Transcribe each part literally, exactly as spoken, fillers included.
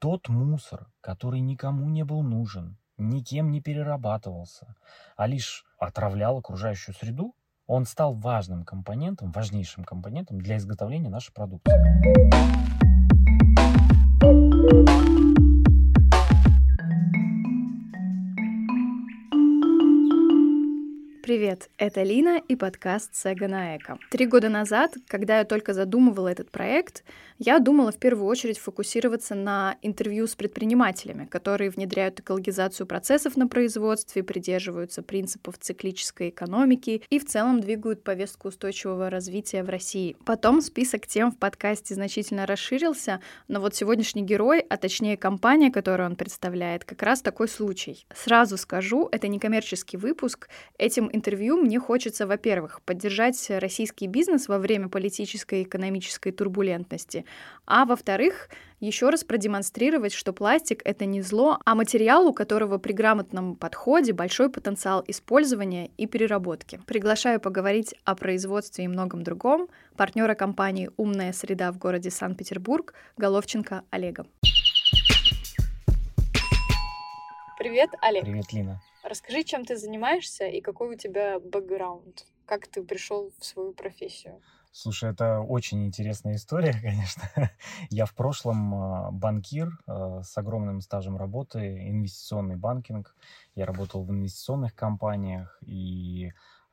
тот мусор, который никому не был нужен, никем не перерабатывался, а лишь отравлял окружающую среду, он стал важным компонентом, важнейшим компонентом для изготовления нашей продукции. Привет, это Лина и подкаст «Сэга на Эко». Три года назад, когда я только задумывала этот проект, я думала в первую очередь фокусироваться на интервью с предпринимателями, которые внедряют экологизацию процессов на производстве, придерживаются принципов циклической экономики и в целом двигают повестку устойчивого развития в России. Потом список тем в подкасте значительно расширился, но вот сегодняшний герой, а точнее компания, которую он представляет, как раз такой случай. Сразу скажу, это не коммерческий выпуск. Этим интервью мне хочется, во-первых, поддержать российский бизнес во время политической и экономической турбулентности, а во-вторых, еще раз продемонстрировать, что пластик — это не зло, а материал, у которого при грамотном подходе большой потенциал использования и переработки. Приглашаю поговорить о производстве и многом другом партнера компании «Умная среда» в городе Санкт-Петербург Головченко Олега. Привет, Олег. Привет, Лина. Расскажи, чем ты занимаешься и какой у тебя бэкграунд? Как ты пришел в свою профессию? Слушай, это очень интересная история, конечно. Я в прошлом банкир с огромным стажем работы, инвестиционный банкинг. Я работал в инвестиционных компаниях и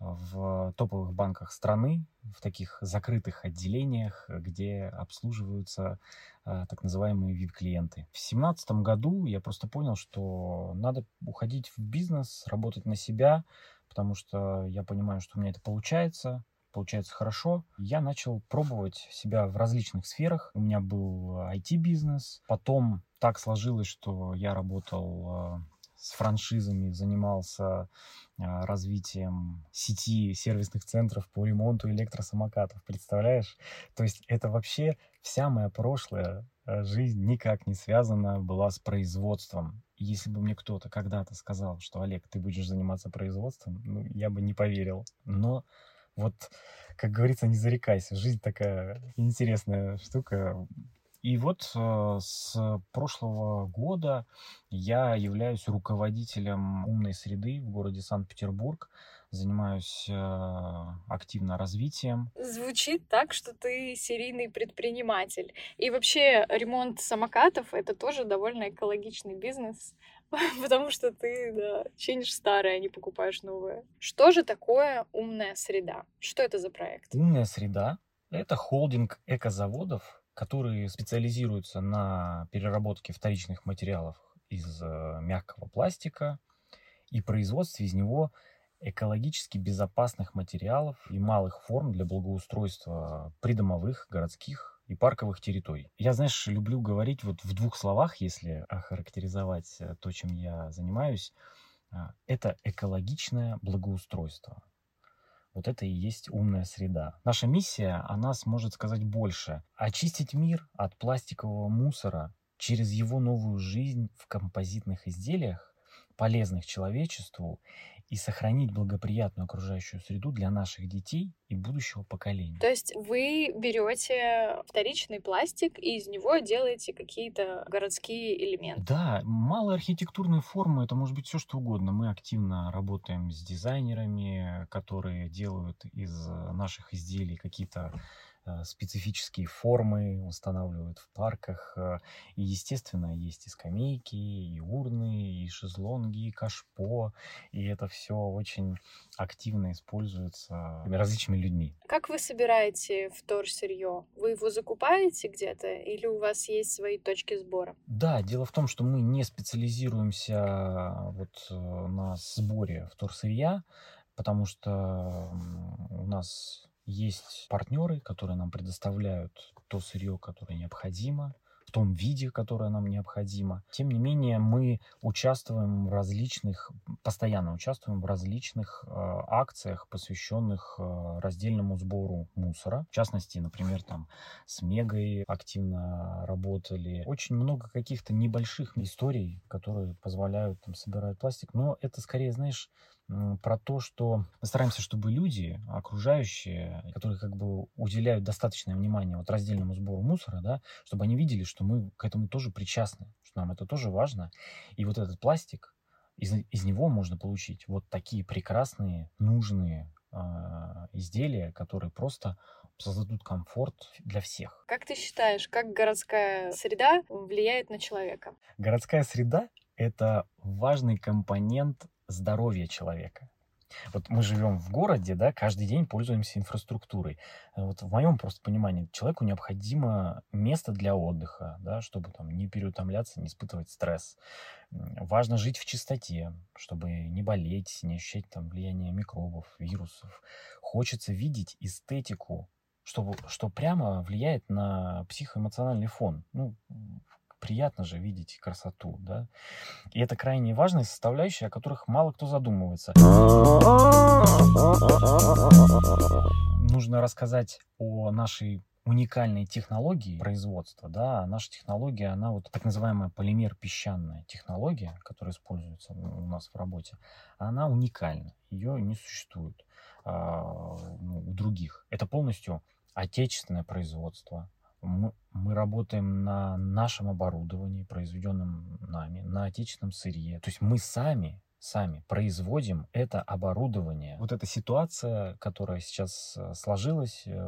в топовых банках страны, в таких закрытых отделениях, где обслуживаются а, так называемые ви ай пи-клиенты. В две тысячи семнадцатом году я просто понял, что надо уходить в бизнес, работать на себя, потому что я понимаю, что у меня это получается, получается хорошо. Я начал пробовать себя в различных сферах. У меня был ай ти-бизнес, потом так сложилось, что я работал с франшизами, занимался а, развитием сети сервисных центров по ремонту электросамокатов. Представляешь? То есть это вообще вся моя прошлая жизнь никак не связана была с производством. И если бы мне кто-то когда-то сказал, что, Олег, ты будешь заниматься производством, ну, я бы не поверил. Но вот, как говорится, не зарекайся. Жизнь такая интересная штука. И вот э, с прошлого года я являюсь руководителем умной среды в городе Санкт-Петербург, занимаюсь э, активно развитием. Звучит так, что ты серийный предприниматель. И вообще ремонт самокатов — это тоже довольно экологичный бизнес, потому что ты, да, чинишь старое, а не покупаешь новое. Что же такое умная среда? Что это за проект? Умная среда — это холдинг экозаводов, которые специализируются на переработке вторичных материалов из э, мягкого пластика и производстве из него экологически безопасных материалов и малых форм для благоустройства придомовых, городских и парковых территорий. Я, знаешь, люблю говорить вот в двух словах, если охарактеризовать то, чем я занимаюсь, это экологичное благоустройство. Вот это и есть умная среда. Наша миссия, она сможет сказать больше. Очистить мир от пластикового мусора через его новую жизнь в композитных изделиях, полезных человечеству, и сохранить благоприятную окружающую среду для наших детей и будущего поколения. То есть вы берете вторичный пластик и из него делаете какие-то городские элементы? Да, малые архитектурные формы — это может быть все что угодно. Мы активно работаем с дизайнерами, которые делают из наших изделий какие-то специфические формы, устанавливают в парках. И, естественно, есть и скамейки, и урны, и шезлонги, и кашпо. И это все очень активно используется различными людьми. Как вы собираете вторсырье? Вы его закупаете где-то или у вас есть свои точки сбора? Да, дело в том, что мы не специализируемся вот на сборе вторсырья, потому что у нас есть партнеры, которые нам предоставляют то сырье, которое необходимо, в том виде, которое нам необходимо. Тем не менее, мы участвуем в различных, постоянно участвуем в различных э, акциях, посвященных э, раздельному сбору мусора. В частности, например, там с Мегой активно работали. Очень много каких-то небольших историй, которые позволяют там собирать пластик. Но это скорее, знаешь, м, про то, что мы стараемся, чтобы люди, окружающие, которые как бы уделяют достаточное внимание вот раздельному сбору мусора, да, чтобы они видели, что мы к этому тоже причастны, что нам это тоже важно. И вот этот пластик, из, из него можно получить вот такие прекрасные, нужные а, изделия, которые просто создадут комфорт для всех. Как ты считаешь, как городская среда влияет на человека? Городская среда– это важный компонент здоровья человека. Вот мы живем в городе, да, каждый день пользуемся инфраструктурой. Э, Вот в моем просто понимании человеку необходимо место для отдыха, да, чтобы там не переутомляться, не испытывать стресс. М, Важно жить в чистоте, чтобы не болеть, не ощущать там влияние микробов, вирусов. Хочется видеть эстетику, чтобы, что прямо влияет на психоэмоциональный фон. Ну, м, приятно же видеть красоту, да. И это крайне важная составляющая, о которых мало кто задумывается. Нужно рассказать о нашей уникальной технологии производства, да, наша технология, она вот так называемая полимер-песчаная технология, которая используется у нас в работе, она уникальна, ее не существует а, ну, у других. Это полностью отечественное производство. Мы, мы работаем на нашем оборудовании, произведенном нами, на отечественном сырье. То есть мы сами, сами производим это оборудование. Вот эта ситуация, которая сейчас э, сложилась, э,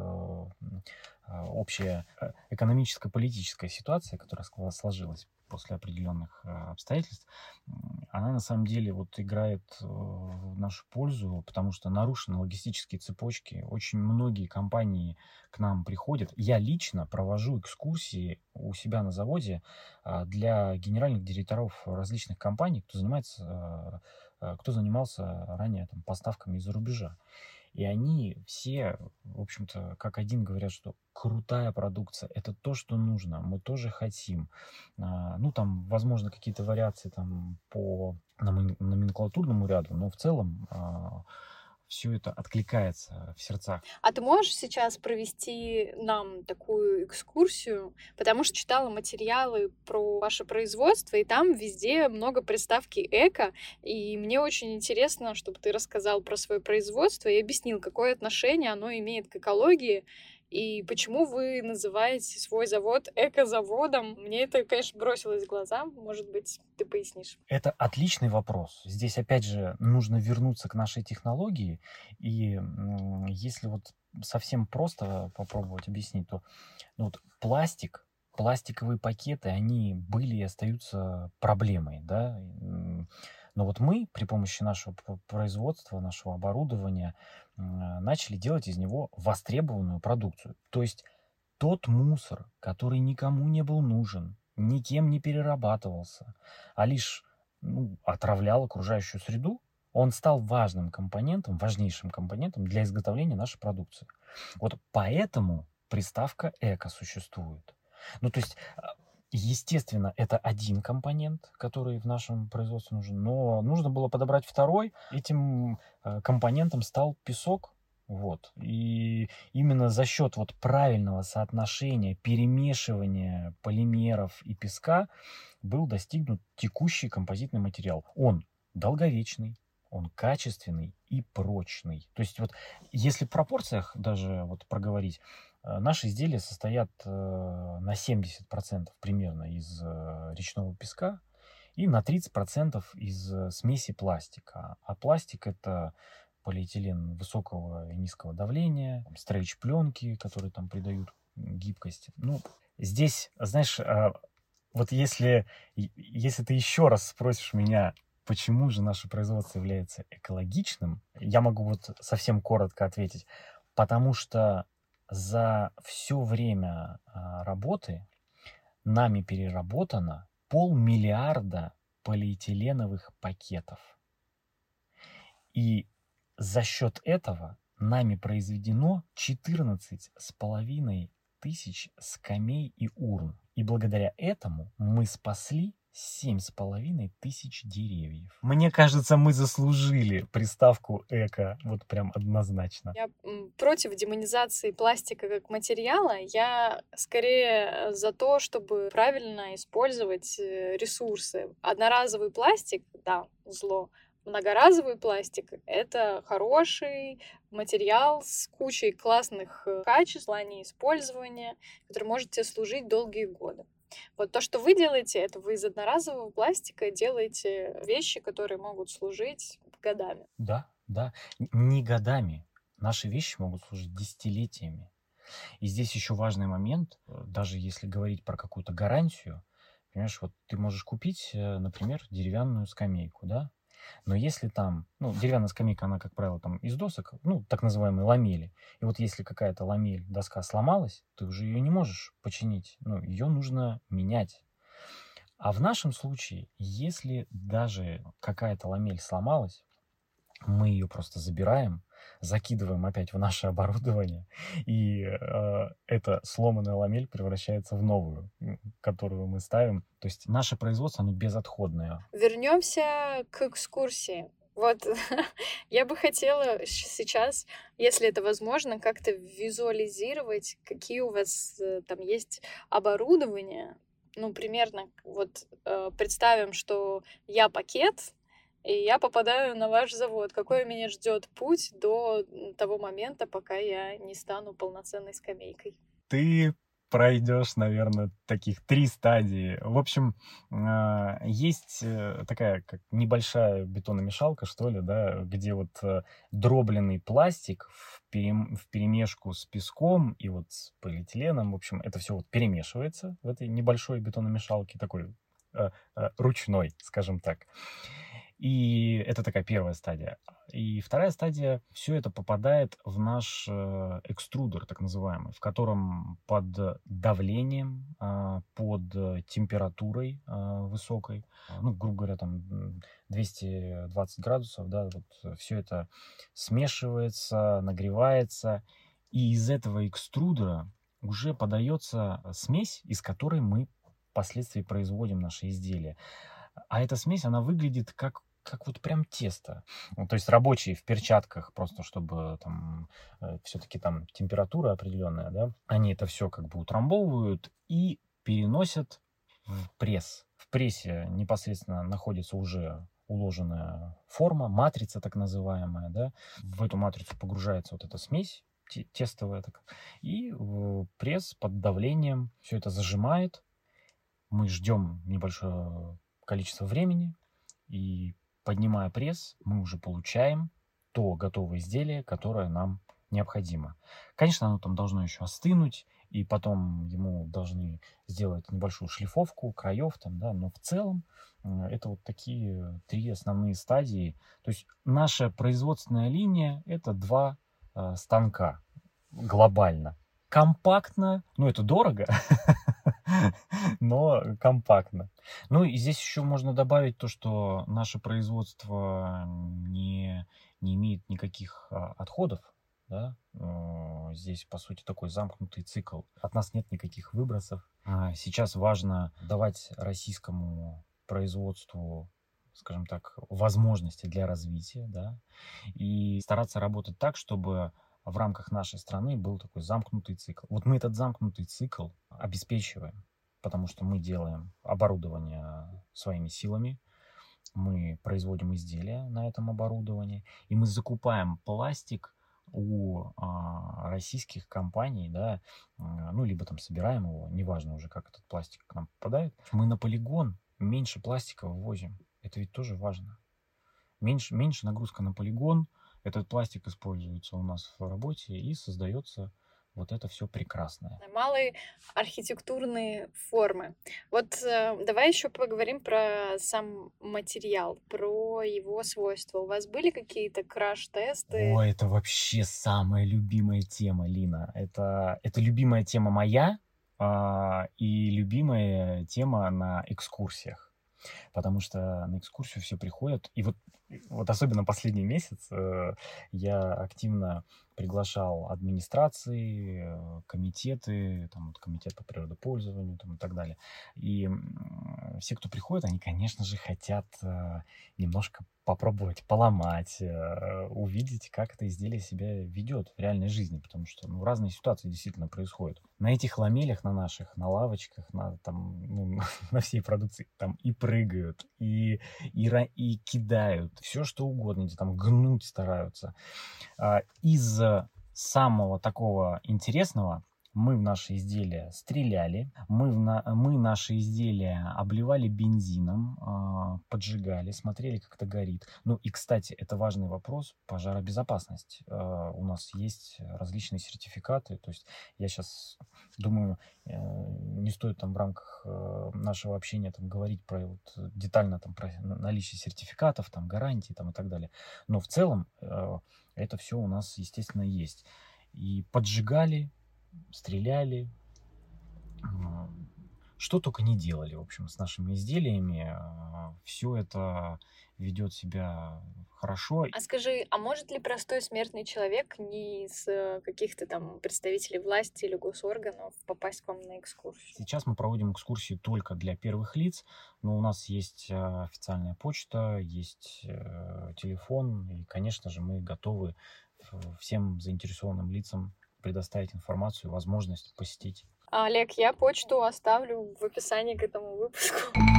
э, общая э, экономическая, политическая ситуация, которая ск- сложилась после определенных э, обстоятельств, м, она на самом деле вот играет э, в нашу пользу, потому что нарушены логистические цепочки. Очень многие компании к нам приходят. Я лично провожу экскурсии у себя на заводе а, для генеральных директоров различных компаний, кто занимается, э, э, кто занимался ранее там, поставками из-за рубежа. И они все, в общем-то, как один говорят, что крутая продукция, это то, что нужно, мы тоже хотим. А, Ну, там, возможно, какие-то вариации там по номен- номенклатурному ряду, но в целом все это откликается в сердцах. А ты можешь сейчас провести нам такую экскурсию? Потому что читала материалы про ваше производство, и там везде много приставки «эко», и мне очень интересно, чтобы ты рассказал про свое производство и объяснил, какое отношение оно имеет к экологии, и почему вы называете свой завод экозаводом. Мне это, конечно, бросилось в глаза. Может быть, ты пояснишь? Это отличный вопрос. Здесь, опять же, нужно вернуться к нашей технологии. И м, если вот совсем просто попробовать объяснить, то ну, вот пластик, пластиковые пакеты, они были и остаются проблемой, да. М, Но вот мы при помощи нашего п- производства, нашего оборудования м, начали делать из него востребованную продукцию. То есть тот мусор, который никому не был нужен, никем не перерабатывался, а лишь ну, отравлял окружающую среду, он стал важным компонентом, важнейшим компонентом для изготовления нашей продукции. Вот поэтому приставка «эко» существует. Ну, то есть, а, естественно, это один компонент, который в нашем производстве нужен, но нужно было подобрать второй. Этим э, компонентом стал песок. Вот. И именно за счет вот правильного соотношения, перемешивания полимеров и песка был достигнут текущий композитный материал. Он долговечный, он качественный и прочный. То есть вот если в пропорциях даже вот проговорить, э, наши изделия состоят э, на семьдесят процентов примерно из э, речного песка и на тридцать процентов из э, смеси пластика. А пластик это полиэтилен высокого и низкого давления, стрейч-пленки, которые там придают гибкость. Ну, здесь, знаешь, а, вот если, и- если ты еще раз спросишь меня, почему же наше производство является экологичным, я могу вот совсем коротко ответить. Потому что за все время а, работы нами переработано полмиллиарда полиэтиленовых пакетов. И за счет этого нами произведено четырнадцать с половиной тысяч скамей и урн. И благодаря этому мы спасли семь с половиной тысяч деревьев. Мне кажется, мы заслужили приставку «эко», вот прям однозначно. Я м, против демонизации пластика как материала. Я скорее за то, чтобы правильно использовать э, ресурсы. Одноразовый пластик, да, зло. Многоразовый пластик — это хороший материал с кучей классных э, качеств в плане использования, который может тебе служить долгие годы. Вот то, что вы делаете, это вы из одноразового пластика делаете вещи, которые могут служить годами. Да, да, Н- не годами. Наши вещи могут служить десятилетиями. И здесь еще важный момент, э, даже если говорить про какую-то гарантию, понимаешь, вот ты можешь купить, э, например, деревянную скамейку, да, но если там, ну, деревянная скамейка, она, как правило, там из досок, ну, так называемые ламели, и вот если какая-то ламель, доска сломалась, ты уже ее не можешь починить, ну, ее нужно менять. А в нашем случае, если даже какая-то ламель сломалась, мы ее просто забираем, закидываем опять в наше оборудование, и э, эта сломанная ламель превращается в новую, м, которую мы ставим. То есть наше производство, оно безотходное. Вернемся к экскурсии. Вот я бы хотела щ- сейчас, если это возможно, как-то визуализировать, какие у вас э, там есть оборудование. Ну, примерно, вот э, представим, что я пакет, и я попадаю на ваш завод. Какой меня ждет путь до м, того момента, пока я не стану полноценной скамейкой? Ты пройдешь, наверное, таких три стадии. В общем, а, есть э, такая как небольшая бетономешалка, что ли, да, где вот э, дробленый пластик в перем- в перемешку с песком и вот с полиэтиленом, в общем, это все вот перемешивается в этой небольшой бетономешалке, такой э, э, ручной, скажем так. И это такая первая стадия. И вторая стадия, все это попадает в наш э, экструдер, так называемый, в котором под давлением, а, под э, температурой а, высокой, а, ну, грубо говоря, там м, двести двадцать градусов, да, вот все это смешивается, нагревается, и из этого экструдера уже подается смесь, из которой мы впоследствии производим наши изделия. А эта смесь, она выглядит как, как вот прям тесто. Ну, то есть рабочие в перчатках, просто чтобы там э, все-таки там температура определенная, да, они это все как бы утрамбовывают и переносят в пресс. В прессе непосредственно находится уже уложенная форма, матрица так называемая, да. В эту матрицу погружается вот эта смесь те- тестовая, так, и э, пресс под давлением все это зажимает. Мы ждем небольшое количество времени, и поднимая пресс, мы уже получаем то готовое изделие, которое нам необходимо. Конечно, оно там должно еще остынуть, и потом ему должны сделать небольшую шлифовку краев, там, да, но в целом э, это вот такие три основные стадии. То есть наша производственная линия — это два э, станка глобально. Компактно, ну это дорого, но компактно. Ну и здесь еще можно добавить то, что наше производство не, не имеет никаких а, отходов. Да? Э, Здесь, по сути, такой замкнутый цикл. От нас нет никаких выбросов. А Сейчас важно давать российскому производству, скажем так, возможности для развития, да, и стараться работать так, чтобы в рамках нашей страны был такой замкнутый цикл. Вот мы этот замкнутый цикл обеспечиваем, потому что мы делаем оборудование своими силами, мы производим изделия на этом оборудовании, и мы закупаем пластик у а, российских компаний, да, а, ну, либо там собираем его, неважно уже, как этот пластик к нам попадает. Мы на полигон меньше пластика вывозим. Это ведь тоже важно. Меньше, меньше нагрузка на полигон, этот пластик используется у нас в работе и создается вот это все прекрасное. Малые архитектурные формы. Вот э, давай еще поговорим про сам материал, про его свойства. У вас были какие-то краш-тесты? О, это вообще самая любимая тема, Лина. Это, это любимая тема моя а, и любимая тема на экскурсиях. Потому что на экскурсию все приходят. И вот, вот особенно последний месяц э, я активно приглашал администрации, э, комитеты, там, вот комитет по природопользованию там, и так далее. И м, все, кто приходит, они, конечно же, хотят э, немножко попробовать поломать, э, увидеть, как это изделие себя ведет в реальной жизни, потому что ну, разные ситуации действительно происходят. На этих ламелях, на наших, на лавочках, на, там, ну, на всей продукции там и прыгают, и, и, ра- и кидают, все что угодно, эти там гнуть стараются. А, Из самого такого интересного мы в наши изделия стреляли, мы, в на, мы наши изделия обливали бензином, а, поджигали, смотрели, как это горит. Ну и, кстати, это важный вопрос, пожаробезопасность. А, У нас есть различные сертификаты, то есть я сейчас думаю, э, не стоит там в рамках э, нашего общения там говорить про вот детально там про на- наличие сертификатов, там гарантий там и так далее. Но в целом э, это все у нас, естественно, есть. И поджигали, стреляли, а, что только не делали, в общем, с нашими изделиями. Все это ведет себя хорошо. А скажи, а может ли простой смертный человек не из э, каких-то там представителей власти или госорганов попасть к вам на экскурсию? Сейчас мы проводим экскурсии только для первых лиц, но у нас есть э, официальная почта, есть э, телефон, и, конечно же, мы готовы в- всем заинтересованным лицам предоставить информацию, возможность посетить. А, Олег, я почту оставлю в описании к этому выпуску.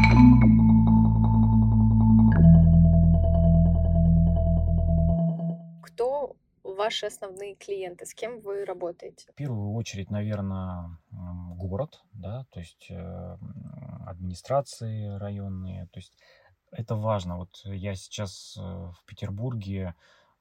Кто ваши основные клиенты? С кем вы работаете? В первую очередь, наверное, город, да, то есть э, м, администрации районные, то есть это важно. Вот я сейчас э, в Петербурге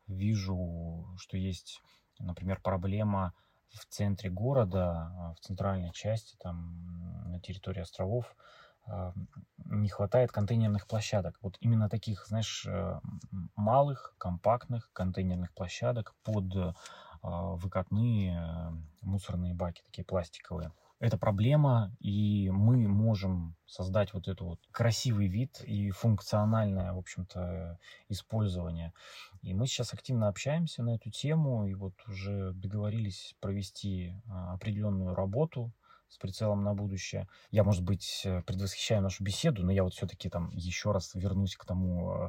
вижу, что есть, например, проблема в центре города, а, в центральной части, там, м, на территории островов, а, не хватает контейнерных площадок. Вот именно таких, знаешь, э, м, малых, компактных контейнерных площадок под э, а, выкатные э, мусорные баки, такие пластиковые. Это проблема, и мы можем создать вот этот вот красивый вид и функциональное, в общем-то, использование. И мы сейчас активно общаемся на эту тему, и вот уже договорились провести а, определенную работу с прицелом на будущее. Я, может быть, э, предвосхищаю нашу беседу, но я вот все-таки там еще раз вернусь к тому, э,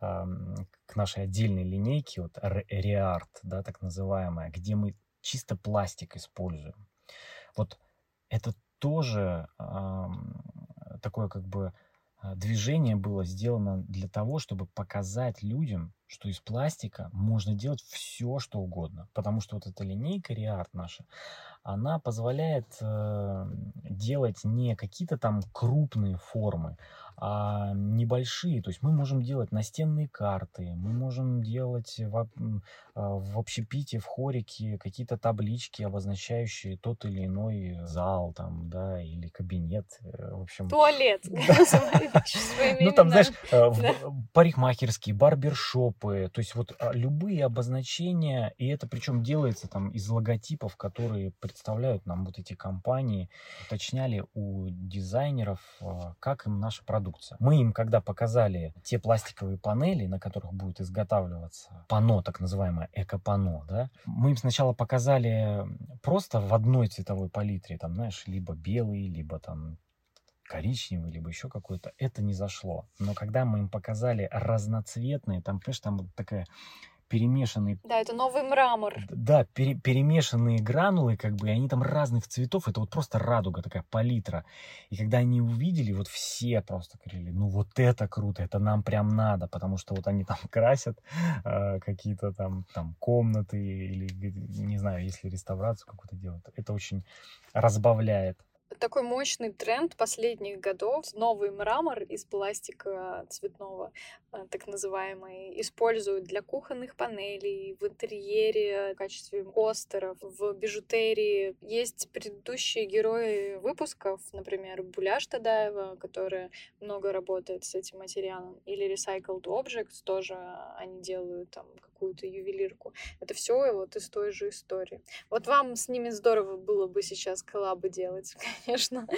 ам, к нашей отдельной линейке, вот Реарт, да, так называемая, где мы чисто пластик используем. Вот это тоже ам, такое как бы а, движение было сделано для того, чтобы показать людям, что из пластика можно делать все, что угодно. Потому что вот эта линейка Реарт наша, она позволяет э, делать не какие-то там крупные формы, а небольшие. То есть мы можем делать настенные карты, мы можем делать в, об- м, а, в общепите, в хорике какие-то таблички, обозначающие тот или иной зал там, да, или кабинет. э, В общем, Туалет. да. Называй вещи своими Ну, там, знаешь, именами. э, в Да. б- парикмахерские, барбершопы, то есть вот а, любые обозначения, и это причем делается там из логотипов, которые представляют нам вот эти компании, уточняли у дизайнеров, а, как им наша продукция. Мы им, когда показали те пластиковые панели, на которых будет изготавливаться панно, так называемое эко-панно, да, мы им сначала показали просто в одной цветовой палитре, там, знаешь, либо белый, либо там коричневый, либо еще какой-то, это не зашло. Но когда мы им показали разноцветные, там, понимаешь, там вот такая перемешанные, Да, это новый мрамор. д- да, пере- перемешанные гранулы, как бы, и они там разных цветов, это вот просто радуга, такая палитра. И когда они увидели, вот все просто говорили, ну вот это круто, это нам прям надо, потому что вот они там красят э, какие-то там, там комнаты или, г- не знаю, если реставрацию какую-то делают, это очень разбавляет. Такой мощный тренд последних годов. Новый мрамор из пластика цветного, а, так называемый, используют для кухонных панелей, в интерьере, в качестве постеров, в бижутерии. Есть предыдущие герои выпусков, например, Буляш Тадаева, которая много работает с этим материалом, или Recycled Objects, тоже они делают там какую-то ювелирку. Это все вот из той же истории. Вот вам с ними здорово было бы сейчас коллабы делать, конечно.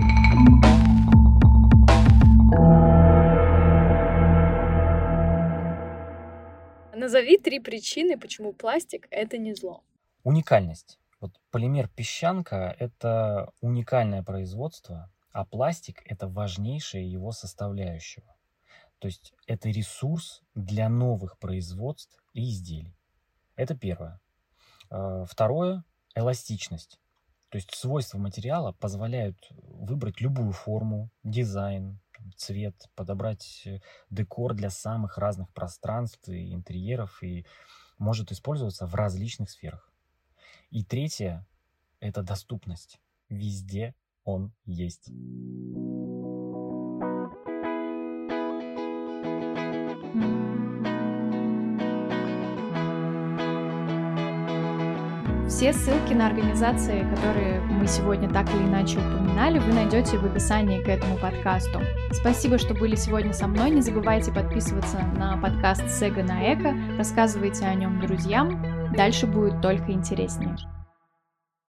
Назови три причины, почему пластик — это не зло. Уникальность. Вот полимер песчанка — это уникальное производство. А пластик — это важнейшая его составляющая. То есть это ресурс для новых производств и изделий. Это первое. Э, Второе — эластичность. То есть свойства материала позволяют выбрать любую форму, дизайн, там, цвет, подобрать э, декор для самых разных пространств и интерьеров, и может использоваться в различных сферах. И третье — это доступность. Везде он есть. Все ссылки на организации, которые мы сегодня так или иначе упоминали, вы найдете в описании к этому подкасту. Спасибо, что были сегодня со мной. Не забывайте подписываться на подкаст Сега на Эко, рассказывайте о нем друзьям. Дальше будет только интереснее.